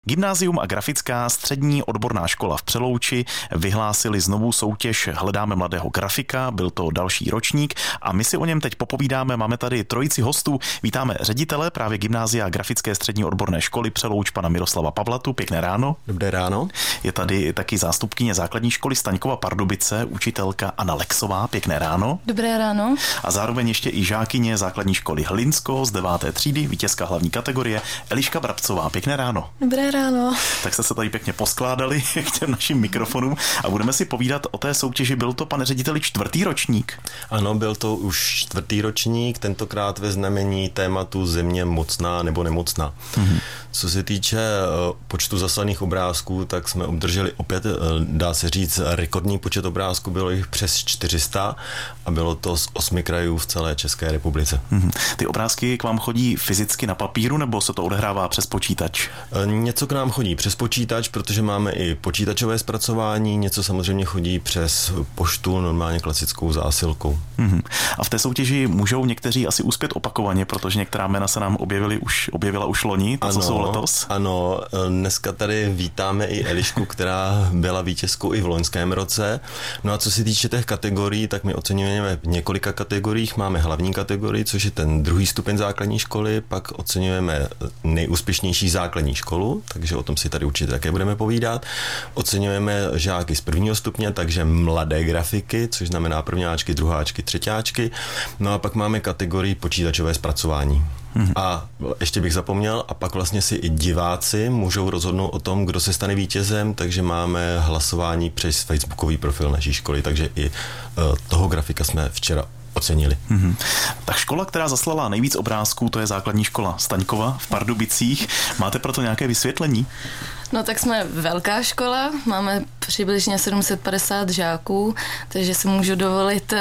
Gymnázium a grafická střední odborná škola v Přelouči vyhlásili znovu soutěž Hledáme mladého grafika, byl to další ročník a my si o něm teď popovídáme. Máme tady trojici hostů. Vítáme ředitele právě Gymnázia a grafické střední odborné školy Přelouč, pana Miroslava Pavlatu. Pěkné ráno. Dobré ráno. Je tady taky zástupkyně základní školy Staňkova Pardubice, učitelka Anna Lexová. Pěkné ráno. Dobré ráno. A zároveň ještě i žákyně základní školy Hlinsko z 9. třídy, vítězka hlavní kategorie Eliška Brabcová. Pěkné ráno. Dobré ráno. Tak jste se tady pěkně poskládali k těm našim mikrofonům a budeme si povídat o té soutěži. Byl to, pane řediteli, 4. ročník? Ano, byl to už 4. ročník, tentokrát ve znamení tématu Země mocná nebo nemocná. Co se týče počtu zaslaných obrázků, tak jsme obdrželi opět, dá se říct, rekordní počet obrázků, bylo jich přes 400 a bylo to z 8 krajů v celé České republice. Ty obrázky k vám chodí fyzicky na papíru nebo se to odehrává přes počítač? Něco k nám chodí přes počítač, protože máme i počítačové zpracování, něco samozřejmě chodí přes poštu, normálně klasickou zásilkou. A v té soutěži můžou někteří asi uspět opakovaně, protože některá jména se nám objevila už loni, to, co jsou letos? Ano, dneska tady vítáme i Elišku, která byla vítězkou i v loňském roce. No a co se týče těch kategorií, tak my oceňujeme v několika kategoriích. Máme hlavní kategorii, což je ten 2. stupeň základní školy, pak oceňujeme nejúspěšnější základní školu, takže o tom si tady určitě také budeme povídat. Oceňujeme žáky z 1. stupně, takže mladé grafiky, což znamená prvňáčky, druháčky, třeťáčky. No a pak máme kategorii počítačové zpracování. A ještě bych zapomněl, a pak vlastně si i diváci můžou rozhodnout o tom, kdo se stane vítězem, takže máme hlasování přes facebookový profil naší školy, takže i toho grafika jsme včera ocenili. Tak škola, která zaslala nejvíc obrázků, to je základní škola Staňkova v Pardubicích. Máte proto nějaké vysvětlení? No tak jsme velká škola, máme přibližně 750 žáků, takže si můžu dovolit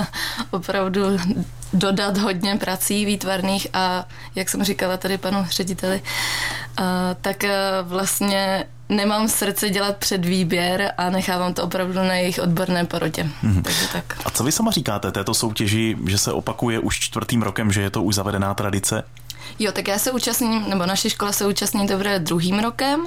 opravdu dodat hodně prací výtvarných a jak jsem říkala tady panu řediteli, tak vlastně nemám srdce dělat předvýběr a nechávám to opravdu na jejich odborné porotě. Takže tak. A co vy sama říkáte této soutěži, že se opakuje už 4. rokem, že je to už zavedená tradice? Jo, tak já se účastním, nebo naše škola se účastní teprve 2. rokem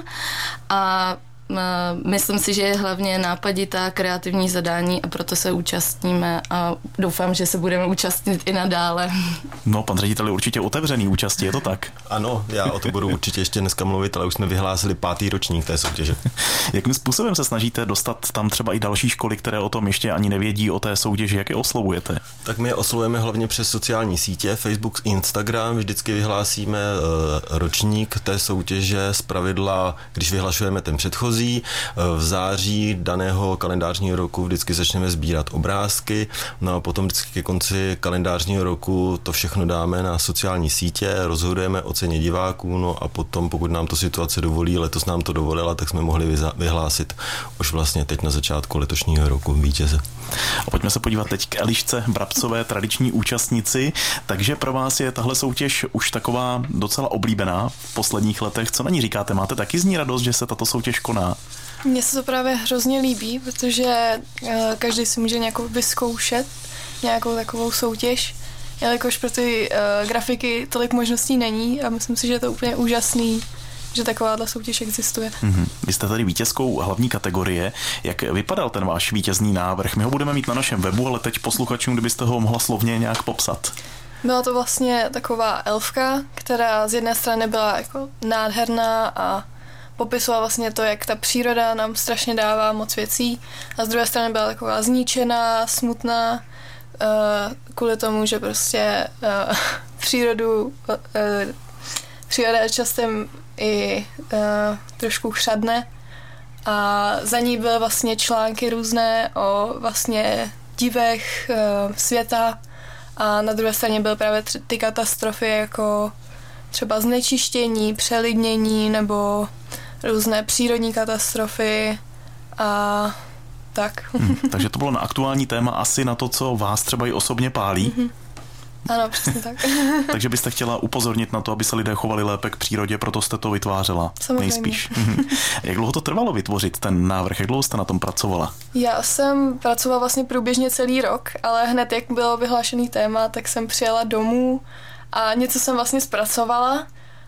a myslím si, že je hlavně nápaditá kreativní zadání a proto se účastníme a doufám, že se budeme účastnit i nadále. No, pan ředitel je určitě otevřený účasti, je to tak? Ano, já o to budu určitě ještě dneska mluvit, ale už jsme vyhlásili 5. ročník té soutěže. Jakým způsobem se snažíte dostat tam třeba i další školy, které o tom ještě ani nevědí o té soutěži, jak je oslovujete? Tak my je oslovujeme hlavně přes sociální sítě, Facebook, Instagram, vždycky vyhlásíme ročník té soutěže, zpravidla, když vyhlašujeme ten předchozí. V září daného kalendářního roku vždycky začneme sbírat obrázky, no a potom vždycky ke konci kalendářního roku to všechno dáme na sociální sítě, rozhodujeme o ceně diváků, no a potom, pokud nám to situace dovolí, letos nám to dovolila, tak jsme mohli vyhlásit už vlastně teď na začátku letošního roku vítěze. A pojďme se podívat teď k Elišce Brabcové, tradiční účastnici, takže pro vás je tahle soutěž už taková docela oblíbená v posledních letech. Co na ní říkáte? Máte taky z ní radost, že se tato soutěž koná? Mně se to právě hrozně líbí, protože každý si může nějakou vyzkoušet, nějakou takovou soutěž, jelikož pro ty grafiky tolik možností není a myslím si, že je to úplně úžasný, že takováhle soutěž existuje. Vy jste tady vítězkou hlavní kategorie. Jak vypadal ten váš vítězný návrh? My ho budeme mít na našem webu, ale teď posluchačům, kdybyste ho mohla slovně nějak popsat. Byla to vlastně taková elfka, která z jedné strany byla jako nádherná a popisovala vlastně to, jak ta příroda nám strašně dává moc věcí a z druhé strany byla taková zničená, smutná, kvůli tomu, že prostě příroda je časem i trošku chřadne a za ní byly vlastně články různé o vlastně divech světa a na druhé straně byly právě ty katastrofy jako třeba znečištění, přelidnění nebo různé přírodní katastrofy a tak. Takže to bylo na aktuální téma, asi na to, co vás třeba i osobně pálí. Ano, přesně tak. Takže byste chtěla upozornit na to, aby se lidé chovali lépe k přírodě, proto jste to vytvářela. Samozřejmě. Nejspíš. Jak dlouho to trvalo vytvořit ten návrh? Jak dlouho jste na tom pracovala? Já jsem pracovala vlastně průběžně celý rok, ale hned jak bylo vyhlášený téma, tak jsem přijela domů a něco jsem vlastně zpracovala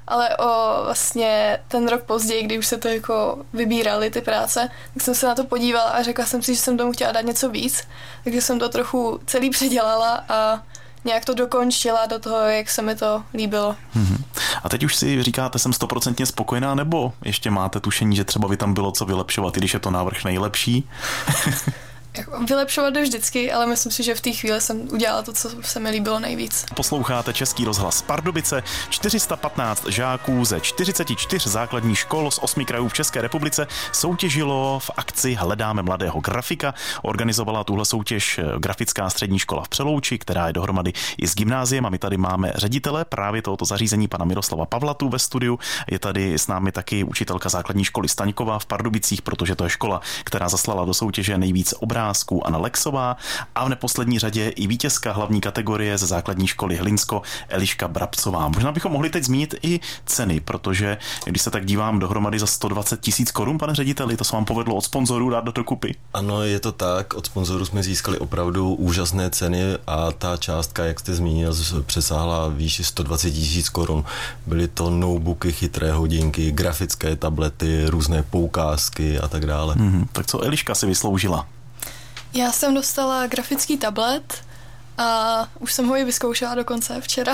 ale o vlastně ten rok později, kdy už se to jako vybíraly ty práce, tak jsem se na to podívala a řekla jsem si, že jsem tomu chtěla dát něco víc, takže jsem to trochu celý předělala a nějak to dokončila do toho, jak se mi to líbilo. A teď už si říkáte, jsem 100% spokojená, nebo ještě máte tušení, že třeba by tam bylo co vylepšovat, i když je to návrh nejlepší? Vylepšovat jde vždycky, ale myslím si, že v té chvíli jsem udělala to, co se mi líbilo nejvíc. Posloucháte Český rozhlas Pardubice. 415 žáků ze 44 základních škol z 8 krajů v České republice soutěžilo v akci Hledáme mladého grafika. Organizovala tuhle soutěž Grafická střední škola v Přelouči, která je dohromady i s gymnáziem, a my tady máme ředitele právě tohoto zařízení, pana Miroslava Pavlatu ve studiu. Je tady s námi taky učitelka základní školy Staňková v Pardubicích, protože to je škola, která zaslala do soutěže nejvíc obrázků, Anna Lexová, a v neposlední řadě i vítězka hlavní kategorie ze základní školy Hlinsko Eliška Brabcová. Možná bychom mohli teď zmínit i ceny, protože když se tak dívám, dohromady za 120 000 korun, pane řediteli, to se vám povedlo od sponzorů dát do kupy. Ano, je to tak, od sponzorů jsme získali opravdu úžasné ceny a ta částka, jak jste zmínil, přesáhla výši 120 000 korun. Byly to notebooky, chytré hodinky, grafické tablety, různé poukázky a tak dále. Tak co Eliška si vysloužila? Já jsem dostala grafický tablet a už jsem ho i vyzkoušela dokonce včera.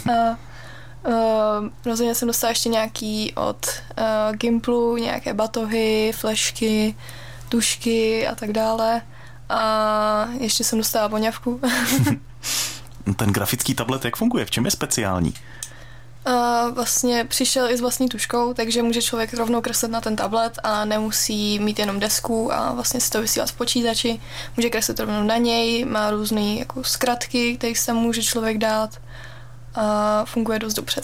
Rozhodně jsem dostala ještě nějaký od Gimplu, nějaké batohy, flešky, tušky a tak dále. A ještě jsem dostala voňavku. Ten grafický tablet, jak funguje? V čem je speciální? Vlastně přišel i s vlastní tuškou, takže může člověk rovnou kreslit na ten tablet a nemusí mít jenom desku a vlastně si to vysílat v počítači. Může kreslit rovnou na něj, má různé jako zkratky, které se může člověk dát. A funguje dost dobře.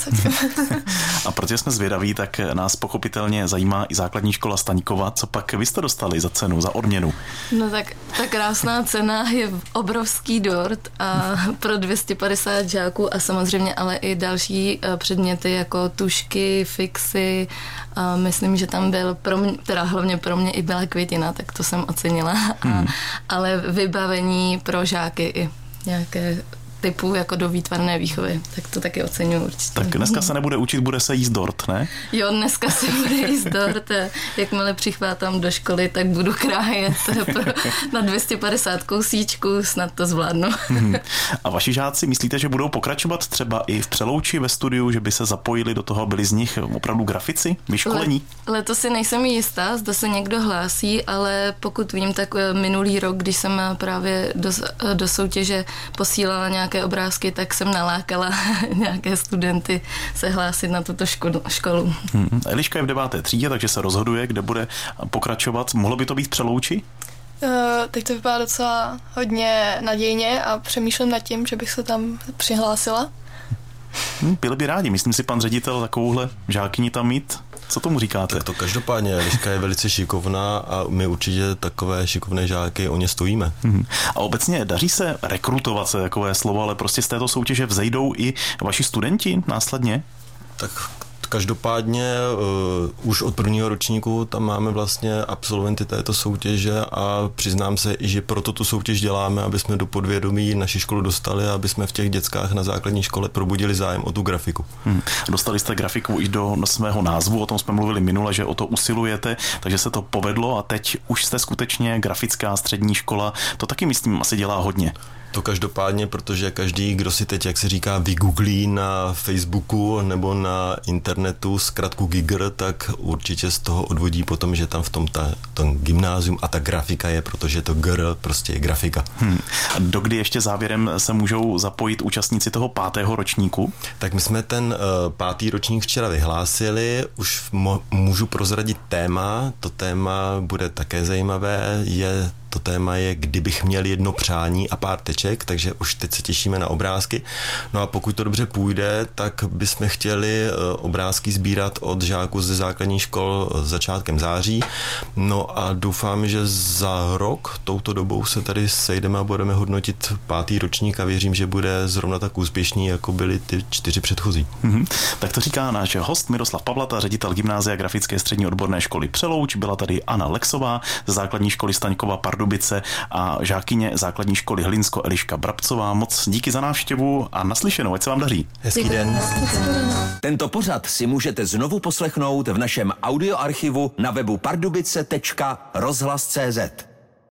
A protože jsme zvědaví, tak nás pochopitelně zajímá i základní škola Staňkova. Co pak vy jste dostali za cenu, za odměnu? No tak ta krásná cena je obrovský dort a pro 250 žáků a samozřejmě ale i další předměty jako tušky, fixy. A myslím, že tam byl pro mě, teda hlavně pro mě i byla květina, tak to jsem ocenila. Ale vybavení pro žáky i nějaké typu jako do výtvarné výchovy, tak to taky oceňuji určitě. Tak dneska se nebude učit, bude se jíst dort, ne? Jo, dneska se bude jíst dort. Jakmile přichvátám do školy, tak budu krájet na 250 kousíčků, snad to zvládnu. A vaši žáci, myslíte, že budou pokračovat třeba i v Přelouči ve studiu, že by se zapojili do toho, byli z nich opravdu grafici, vyškolení? Letos si nejsem jistá, zda se někdo hlásí, ale pokud vím, tak minulý rok, když jsem právě do soutěže posílala nějaké obrázky, tak jsem nalákala nějaké studenty se hlásit na tuto školu. Eliška je v 9. třídě, takže se rozhoduje, kde bude pokračovat. Mohlo by to být v Přelouči? Teď to vypadá docela hodně nadějně a přemýšlím nad tím, že bych se tam přihlásila. Byli by rádi, myslím si, pan ředitel, takovouhle žákyni tam mít. Co tomu říkáte? Tak to každopádně, Eliška je velice šikovná a my určitě takové šikovné žáky o ně stojíme. A obecně daří se rekrutovat, se takové slovo, ale prostě z této soutěže vzejdou i vaši studenti následně? Tak každopádně už od prvního ročníku tam máme vlastně absolventy této soutěže a přiznám se i, že proto tu soutěž děláme, aby jsme do podvědomí naši školu dostali a aby jsme v těch dětskách na základní škole probudili zájem o tu grafiku. Dostali jste grafiku i do svého názvu, o tom jsme mluvili minule, že o to usilujete, takže se to povedlo a teď už jste skutečně grafická střední škola. To taky, myslím, asi dělá hodně. To každopádně, protože každý, kdo si teď, jak se říká, vygooglí na Facebooku nebo na internetu zkratku GIGR, tak určitě z toho odvodí potom, že tam v tom gymnázium a ta grafika je, protože to GR prostě je grafika. A dokdy ještě závěrem se můžou zapojit účastníci toho 5. ročníku? Tak my jsme ten 5. ročník včera vyhlásili, už můžu prozradit téma, to téma bude také zajímavé, to téma je, kdybych měl jedno přání a pár teček, takže už teď se těšíme na obrázky. No a pokud to dobře půjde, tak bychom chtěli obrázky sbírat od žáků ze základních škol začátkem září. No a doufám, že za rok touto dobou se tady sejdeme a budeme hodnotit 5. ročník a věřím, že bude zrovna tak úspěšný, jako byly ty 4 předchozí. Tak to říká náš host Miroslav Pavlata, ředitel Gymnázia grafické střední odborné školy Přelouč. Byla tady Anna Lexová ze základní školy Staňkova Pardubice Pardubice a žákyně základní školy Hlinsko Eliška Brabcová. Moc díky za návštěvu a naslyšenou, ať se vám daří. Hezký den. Tento pořad si můžete znovu poslechnout v našem audioarchivu na webu pardubice.rozhlas.cz.